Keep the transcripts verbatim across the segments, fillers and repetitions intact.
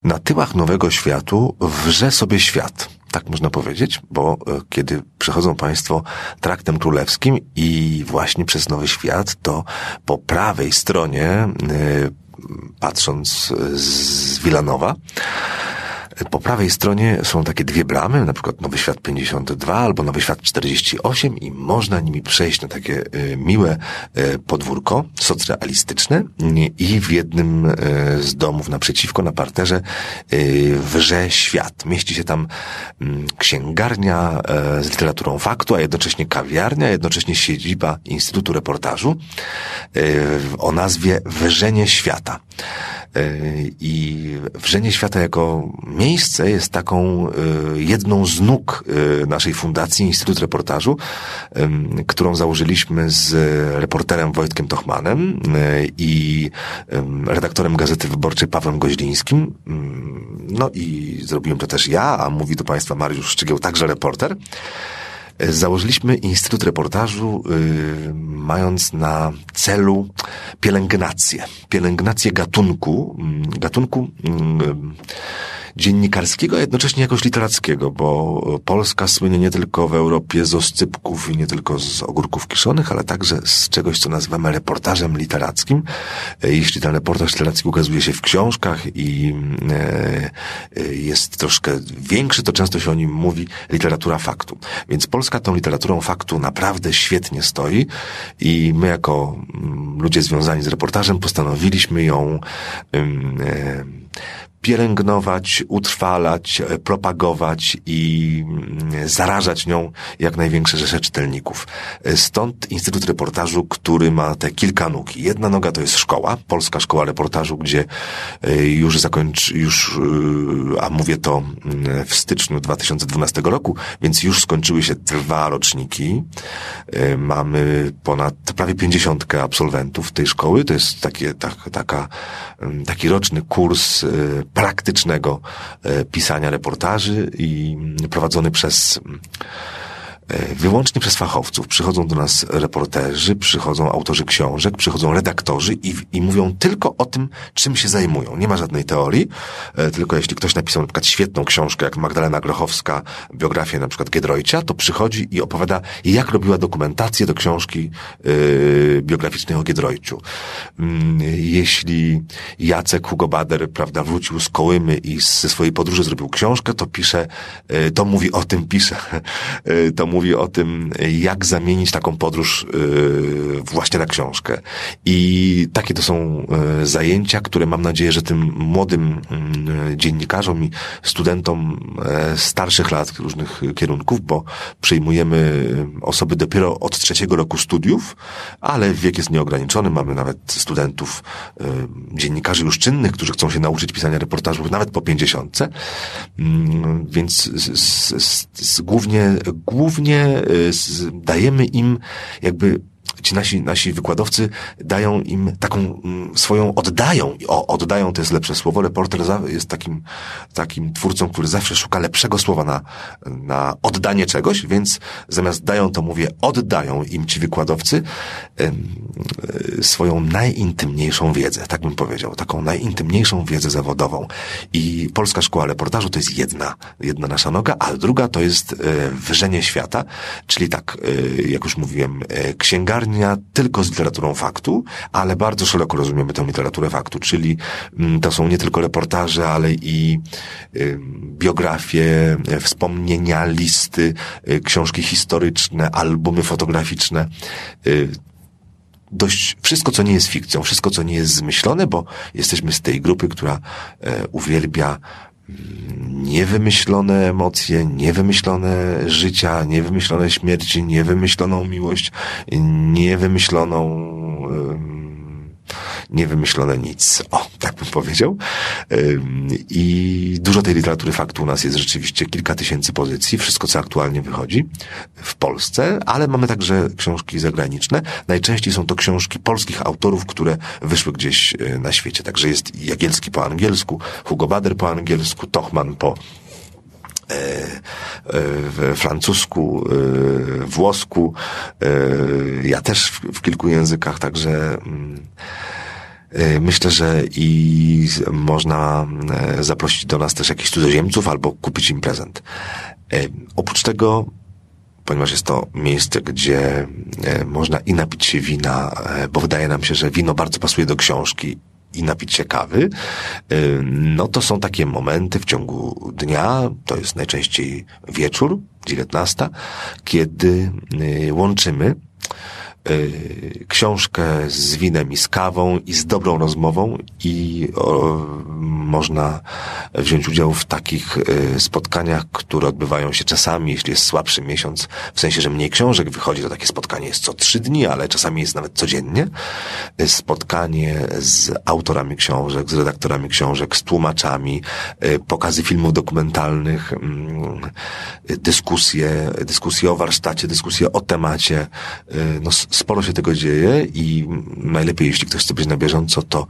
Na tyłach Nowego Światu wrze sobie świat. Tak można powiedzieć, bo kiedy przechodzą państwo traktem królewskim i właśnie przez Nowy Świat, to po prawej stronie, patrząc z Wilanowa, po prawej stronie są takie dwie bramy, na przykład Nowy Świat pięćdziesiąt dwa albo Nowy Świat czterdzieści osiem i można nimi przejść na takie y, miłe y, podwórko socrealistyczne i w jednym y, z domów naprzeciwko na parterze y, wrze świat. Mieści się tam y, księgarnia y, z literaturą faktu, a jednocześnie kawiarnia, a jednocześnie siedziba Instytutu Reportażu y, o nazwie Wrzenie Świata. I Wrzenie Świata jako miejsce jest taką jedną z nóg naszej fundacji Instytut Reportażu, którą założyliśmy z reporterem Wojtkiem Tochmanem i redaktorem Gazety Wyborczej Pawłem Goźlińskim. No i zrobiłem to też ja, a mówi do Państwa Mariusz Szczygieł, także reporter. Założyliśmy Instytut Reportażu, yy, mając na celu pielęgnację. Pielęgnację gatunku, yy, gatunku yy, dziennikarskiego, a jednocześnie jakoś literackiego, bo Polska słynie nie tylko w Europie z oscypków i nie tylko z ogórków kiszonych, ale także z czegoś, co nazywamy reportażem literackim. Jeśli ten reportaż literacki ukazuje się w książkach i jest troszkę większy, to często się o nim mówi literatura faktu. Więc Polska tą literaturą faktu naprawdę świetnie stoi i my jako ludzie związani z reportażem postanowiliśmy ją pielęgnować, utrwalać, propagować i zarażać nią jak największe rzesze czytelników. Stąd Instytut Reportażu, który ma te kilka nóg. Jedna noga to jest szkoła, Polska Szkoła Reportażu, gdzie już zakończy, już, a mówię to w styczniu dwa tysiące dwunastego roku, więc już skończyły się dwa roczniki. Mamy ponad prawie pięćdziesiątkę absolwentów tej szkoły. To jest takie, tak, taka, taki roczny kurs praktycznego pisania reportaży i prowadzony przez wyłącznie przez fachowców. Przychodzą do nas reporterzy, przychodzą autorzy książek, przychodzą redaktorzy i, i mówią tylko o tym, czym się zajmują. Nie ma żadnej teorii, tylko jeśli ktoś napisał na przykład świetną książkę, jak Magdalena Grochowska, biografię na przykład Giedroycia, to przychodzi i opowiada, jak robiła dokumentację do książki yy, biograficznej o Giedroyciu. Yy, jeśli Jacek Hugo Bader, prawda, wrócił z Kołymy i ze swojej podróży zrobił książkę, to pisze, yy, to mówi o tym, pisze, yy, to mówi mówi o tym, jak zamienić taką podróż yy, właśnie na książkę. I takie to są yy, zajęcia, które mam nadzieję, że tym młodym yy, dziennikarzom i studentom yy, starszych lat różnych kierunków, bo przyjmujemy osoby dopiero od trzeciego roku studiów, ale wiek jest nieograniczony. Mamy nawet studentów, yy, dziennikarzy już czynnych, którzy chcą się nauczyć pisania reportażów nawet po pięćdziesiątce. Yy, więc z, z, z, z, głównie, głównie dajemy im jakby ci nasi, nasi wykładowcy dają im taką swoją, oddają, o, oddają to jest lepsze słowo, reporter jest takim, takim twórcą, który zawsze szuka lepszego słowa na, na oddanie czegoś, więc zamiast dają, to mówię, oddają im ci wykładowcy y, swoją najintymniejszą wiedzę, tak bym powiedział, taką najintymniejszą wiedzę zawodową. I Polska Szkoła Reportażu to jest jedna, jedna nasza noga, a druga to jest y, Wrzenie Świata, czyli tak, y, jak już mówiłem, y, księgarnia tylko z literaturą faktu, ale bardzo szeroko rozumiemy tę literaturę faktu, czyli to są nie tylko reportaże, ale i y, biografie, y, wspomnienia, listy, y, książki historyczne, albumy fotograficzne, y, dość wszystko, co nie jest fikcją, wszystko, co nie jest zmyślone, bo jesteśmy z tej grupy, która y, uwielbia niewymyślone emocje, niewymyślone życia, niewymyślone śmierci, niewymyśloną miłość, niewymyśloną niewymyślone nic. O, tak bym powiedział. I dużo tej literatury faktu u nas jest rzeczywiście, kilka tysięcy pozycji, wszystko co aktualnie wychodzi w Polsce, ale mamy także książki zagraniczne. Najczęściej są to książki polskich autorów, które wyszły gdzieś na świecie. Także jest Jagielski po angielsku, Hugo Bader po angielsku, Tochman po w francusku, włosku, ja też w kilku językach, także Myślę, że i można zaprosić do nas też jakichś cudzoziemców albo kupić im prezent. Oprócz tego, ponieważ jest to miejsce, gdzie można i napić się wina, bo wydaje nam się, że wino bardzo pasuje do książki, i napić się kawy, no to są takie momenty w ciągu dnia, to jest najczęściej wieczór, dziewiętnasta, kiedy łączymy książkę z winem i z kawą i z dobrą rozmową i o, można wziąć udział w takich y, spotkaniach, które odbywają się czasami, jeśli jest słabszy miesiąc, w sensie, że mniej książek wychodzi, to takie spotkanie jest co trzy dni, ale czasami jest nawet codziennie. Spotkanie z autorami książek, z redaktorami książek, z tłumaczami, y, pokazy filmów dokumentalnych, y, dyskusje, dyskusje o warsztacie, dyskusje o temacie, y, no sporo się tego dzieje i najlepiej, jeśli ktoś chce być na bieżąco, to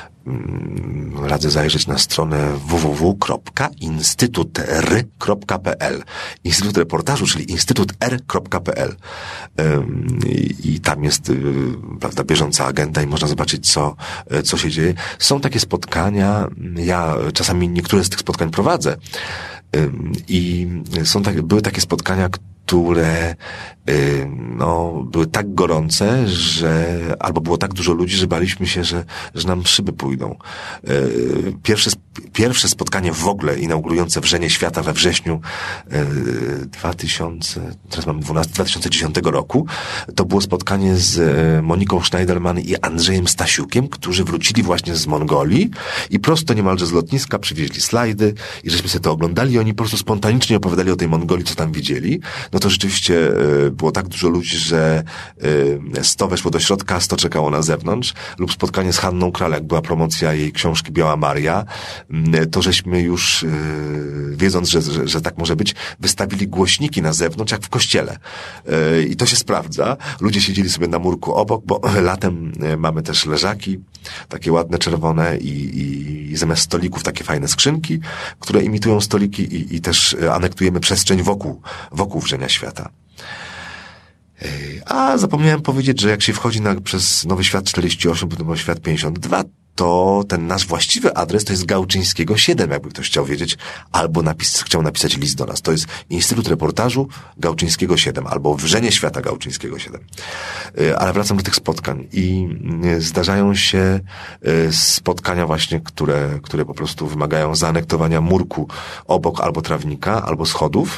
mm, radzę zajrzeć na stronę w w w kropka instytut r kropka p l. Instytut Reportażu, czyli instytut r kropka p l. Ym, i, I tam jest, y, prawda, bieżąca agenda i można zobaczyć, co, y, co się dzieje. Są takie spotkania, ja czasami niektóre z tych spotkań prowadzę ym, i są tak, były takie spotkania, które y, no, były tak gorące, że albo było tak dużo ludzi, że baliśmy się, że, że nam szyby pójdą. Y, pierwsze, pierwsze spotkanie w ogóle inaugurujące Wrzenie Świata we wrześniu y, dwa tysiące, teraz mamy dwunasty, dwa tysiące dziesiątego roku, to było spotkanie z y, Moniką Schneiderman i Andrzejem Stasiukiem, którzy wrócili właśnie z Mongolii i prosto niemalże z lotniska przywieźli slajdy i żeśmy sobie to oglądali i oni po prostu spontanicznie opowiadali o tej Mongolii, co tam widzieli. No to rzeczywiście y, było tak dużo ludzi, że y, sto weszło do środka, sto czekało na zewnątrz. Lub spotkanie z Hanną Kral, jak była promocja jej książki Biała Maria, y, to żeśmy już, y, wiedząc, że, że, że tak może być, wystawili głośniki na zewnątrz, jak w kościele. Y, I to się sprawdza. Ludzie siedzieli sobie na murku obok, bo latem y, mamy też leżaki, takie ładne, czerwone i, i, i zamiast stolików takie fajne skrzynki, które imitują stoliki i, i też anektujemy przestrzeń wokół, wokół Wrzenia Świata. A zapomniałem powiedzieć, że jak się wchodzi na, przez Nowy Świat czterdzieści osiem, potem Nowy Świat pięćdziesiąt dwa, to ten nasz właściwy adres to jest Gałczyńskiego siedem, jakby ktoś chciał wiedzieć, albo napis, chciał napisać list do nas. To jest Instytut Reportażu Gałczyńskiego siedem, albo Wrzenie Świata Gałczyńskiego siedem. Ale wracam do tych spotkań i zdarzają się spotkania właśnie, które, które po prostu wymagają zaanektowania murku obok albo trawnika, albo schodów,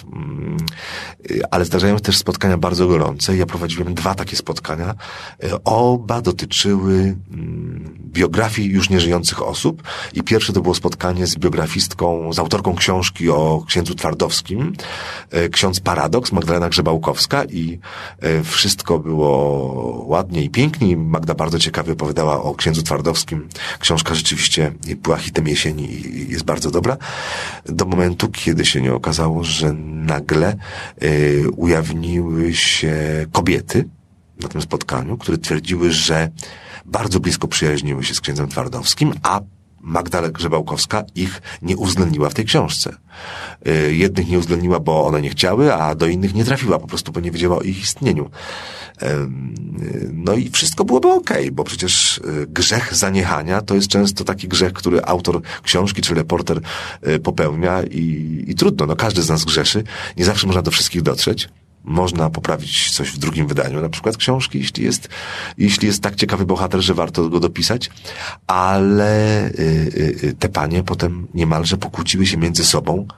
ale zdarzają się też spotkania bardzo gorące. Ja prowadziłem dwa takie spotkania. Oba dotyczyły biografii już nieżyjących osób i pierwsze to było spotkanie z biografistką, z autorką książki o księdzu Twardowskim, ksiądz Paradoks, Magdalena Grzebałkowska i wszystko było ładnie i pięknie. Magda bardzo ciekawie opowiadała o księdzu Twardowskim. Książka rzeczywiście była hitem jesieni i jest bardzo dobra. Do momentu, kiedy się nie okazało, że nagle y, ujawniły się kobiety na tym spotkaniu, które twierdziły, że bardzo blisko przyjaźniły się z księdzem Twardowskim, a Magda Grzebałkowska ich nie uwzględniła w tej książce. Yy, jednych nie uwzględniła, bo one nie chciały, a do innych nie trafiła, po prostu, bo nie wiedziała o ich istnieniu. Yy, no i wszystko byłoby okej, okay, bo przecież yy, grzech zaniechania to jest często taki grzech, który autor książki czy reporter yy, popełnia i, i trudno, no każdy z nas grzeszy, nie zawsze można do wszystkich dotrzeć. Można poprawić coś w drugim wydaniu, na przykład książki, jeśli jest, jeśli jest tak ciekawy bohater, że warto go dopisać, ale y, y, te panie potem niemalże pokłóciły się między sobą,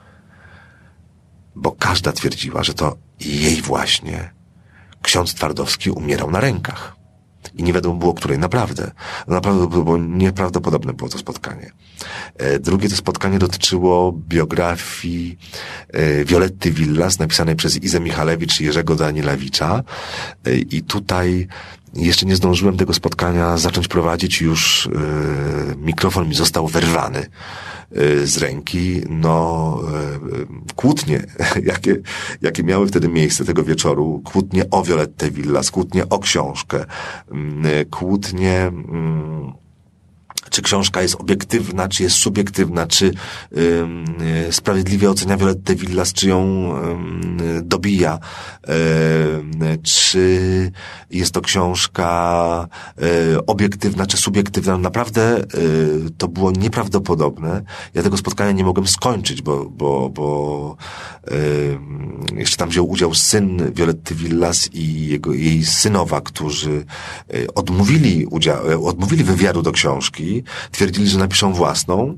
bo każda twierdziła, że to jej właśnie ksiądz Twardowski umierał na rękach. I nie wiadomo było, której naprawdę. Naprawdę było nieprawdopodobne było to spotkanie. Drugie to spotkanie dotyczyło biografii Violetty Villas, napisanej przez Izę Michalewicz i Jerzego Danielewicza. I tutaj jeszcze nie zdążyłem tego spotkania zacząć prowadzić, już mikrofon mi został wyrwany z ręki. No, kłótnie, jakie, jakie miały wtedy miejsce tego wieczoru, kłótnie o Violettę Villas, kłótnie o książkę, kłótnie czy książka jest obiektywna, czy jest subiektywna, czy y, sprawiedliwie ocenia Violettę Villas, czy ją y, dobija, y, czy jest to książka y, obiektywna, czy subiektywna. Naprawdę y, to było nieprawdopodobne. Ja tego spotkania nie mogłem skończyć, bo, bo, bo y, jeszcze tam wziął udział syn Violetty Villas i jego, jej synowa, którzy y, odmówili udziału, odmówili wywiadu do książki, twierdzili, że napiszą własną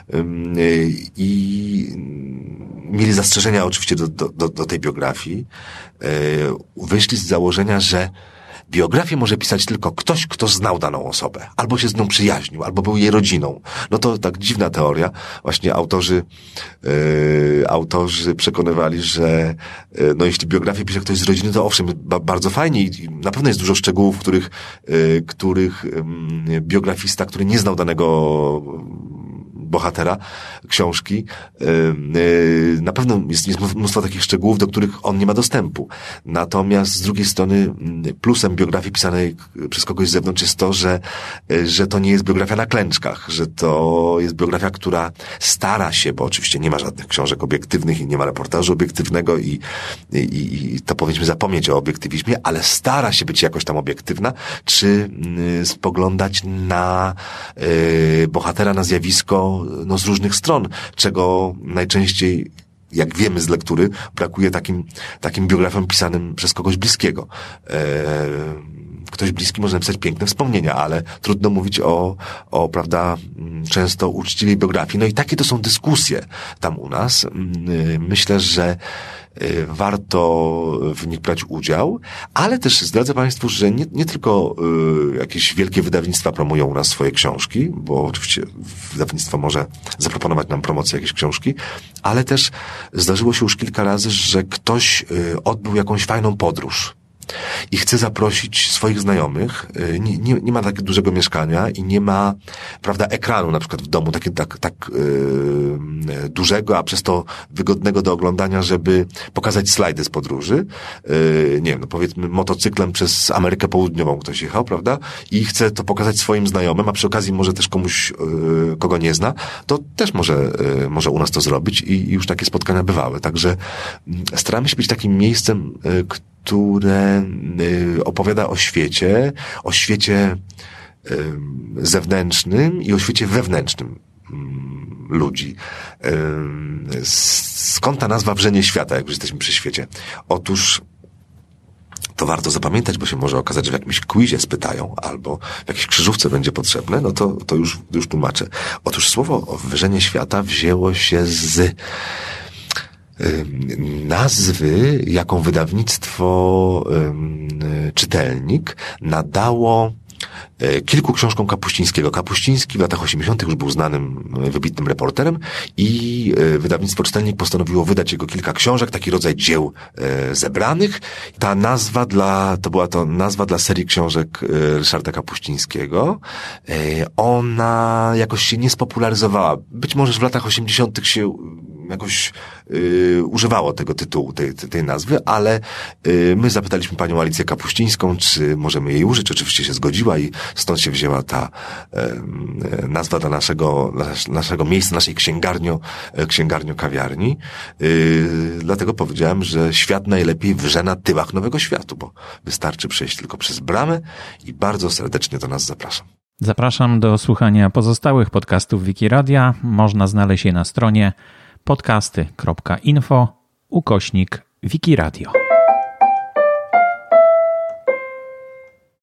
i mieli zastrzeżenia oczywiście do, do, do tej biografii. Wyszli z założenia, że biografię może pisać tylko ktoś, kto znał daną osobę, albo się z nią przyjaźnił, albo był jej rodziną. No to tak dziwna teoria. Właśnie autorzy yy, autorzy przekonywali, że yy, no jeśli biografię pisze ktoś z rodziny, to owszem, ba- bardzo fajnie i na pewno jest dużo szczegółów, których, yy, których yy, biografista, który nie znał danego bohatera książki, yy, na pewno jest, jest mnóstwo takich szczegółów, do których on nie ma dostępu. Natomiast z drugiej strony plusem biografii pisanej przez kogoś z zewnątrz jest to, że, że to nie jest biografia na klęczkach, że to jest biografia, która stara się, bo oczywiście nie ma żadnych książek obiektywnych i nie ma reportażu obiektywnego i, i, i to powinniśmy zapomnieć o obiektywizmie, ale stara się być jakoś tam obiektywna, czy y, spoglądać na y, bohatera, na zjawisko no, z różnych stron, czego najczęściej, jak wiemy z lektury, brakuje takim, takim biografiom pisanym przez kogoś bliskiego. E, ktoś bliski może napisać piękne wspomnienia, ale trudno mówić o, o, prawda, często uczciwej biografii. No i takie to są dyskusje tam u nas. Myślę, że warto w nich brać udział, ale też zdradzę Państwu, że nie, nie tylko y, jakieś wielkie wydawnictwa promują u nas swoje książki, bo oczywiście wydawnictwo może zaproponować nam promocję jakiejś książki, ale też zdarzyło się już kilka razy, że ktoś y, odbył jakąś fajną podróż i chce zaprosić swoich znajomych, nie, nie, nie ma tak dużego mieszkania i nie ma, prawda, ekranu na przykład w domu, takie, tak, tak yy, dużego, a przez to wygodnego do oglądania, żeby pokazać slajdy z podróży. Yy, nie wiem, no powiedzmy motocyklem przez Amerykę Południową ktoś jechał, prawda, i chce to pokazać swoim znajomym, a przy okazji może też komuś, yy, kogo nie zna, to też może, yy, może u nas to zrobić i, i już takie spotkania bywały. Także yy, staramy się być takim miejscem, yy, które opowiada o świecie, o świecie zewnętrznym i o świecie wewnętrznym ludzi. Skąd ta nazwa Wrzenie Świata, jak już jesteśmy przy świecie? Otóż to warto zapamiętać, bo się może okazać, że w jakimś quizie spytają, albo w jakiejś krzyżówce będzie potrzebne, no to, to już, już tłumaczę. Otóż słowo Wrzenie Świata wzięło się z nazwy, jaką wydawnictwo Czytelnik nadało kilku książkom Kapuścińskiego. Kapuściński w latach osiemdziesiątych już był znanym, wybitnym reporterem i wydawnictwo Czytelnik postanowiło wydać jego kilka książek, taki rodzaj dzieł zebranych. Ta nazwa dla, to była to nazwa dla serii książek Ryszarda Kapuścińskiego. Ona jakoś się nie spopularyzowała. Być może w latach osiemdziesiątych się jakoś y, używało tego tytułu, tej, tej nazwy, ale y, my zapytaliśmy panią Alicję Kapuścińską, czy możemy jej użyć. Oczywiście się zgodziła i stąd się wzięła ta y, nazwa dla naszego, naszego miejsca, naszej księgarnio, księgarnio kawiarni. Y, dlatego powiedziałem, że świat najlepiej wrze na tyłach Nowego Światu, bo wystarczy przejść tylko przez bramę i bardzo serdecznie do nas zapraszam. Zapraszam do słuchania pozostałych podcastów Wikiradia. Można znaleźć je na stronie podcasty kropka info ukośnik Wikiradio.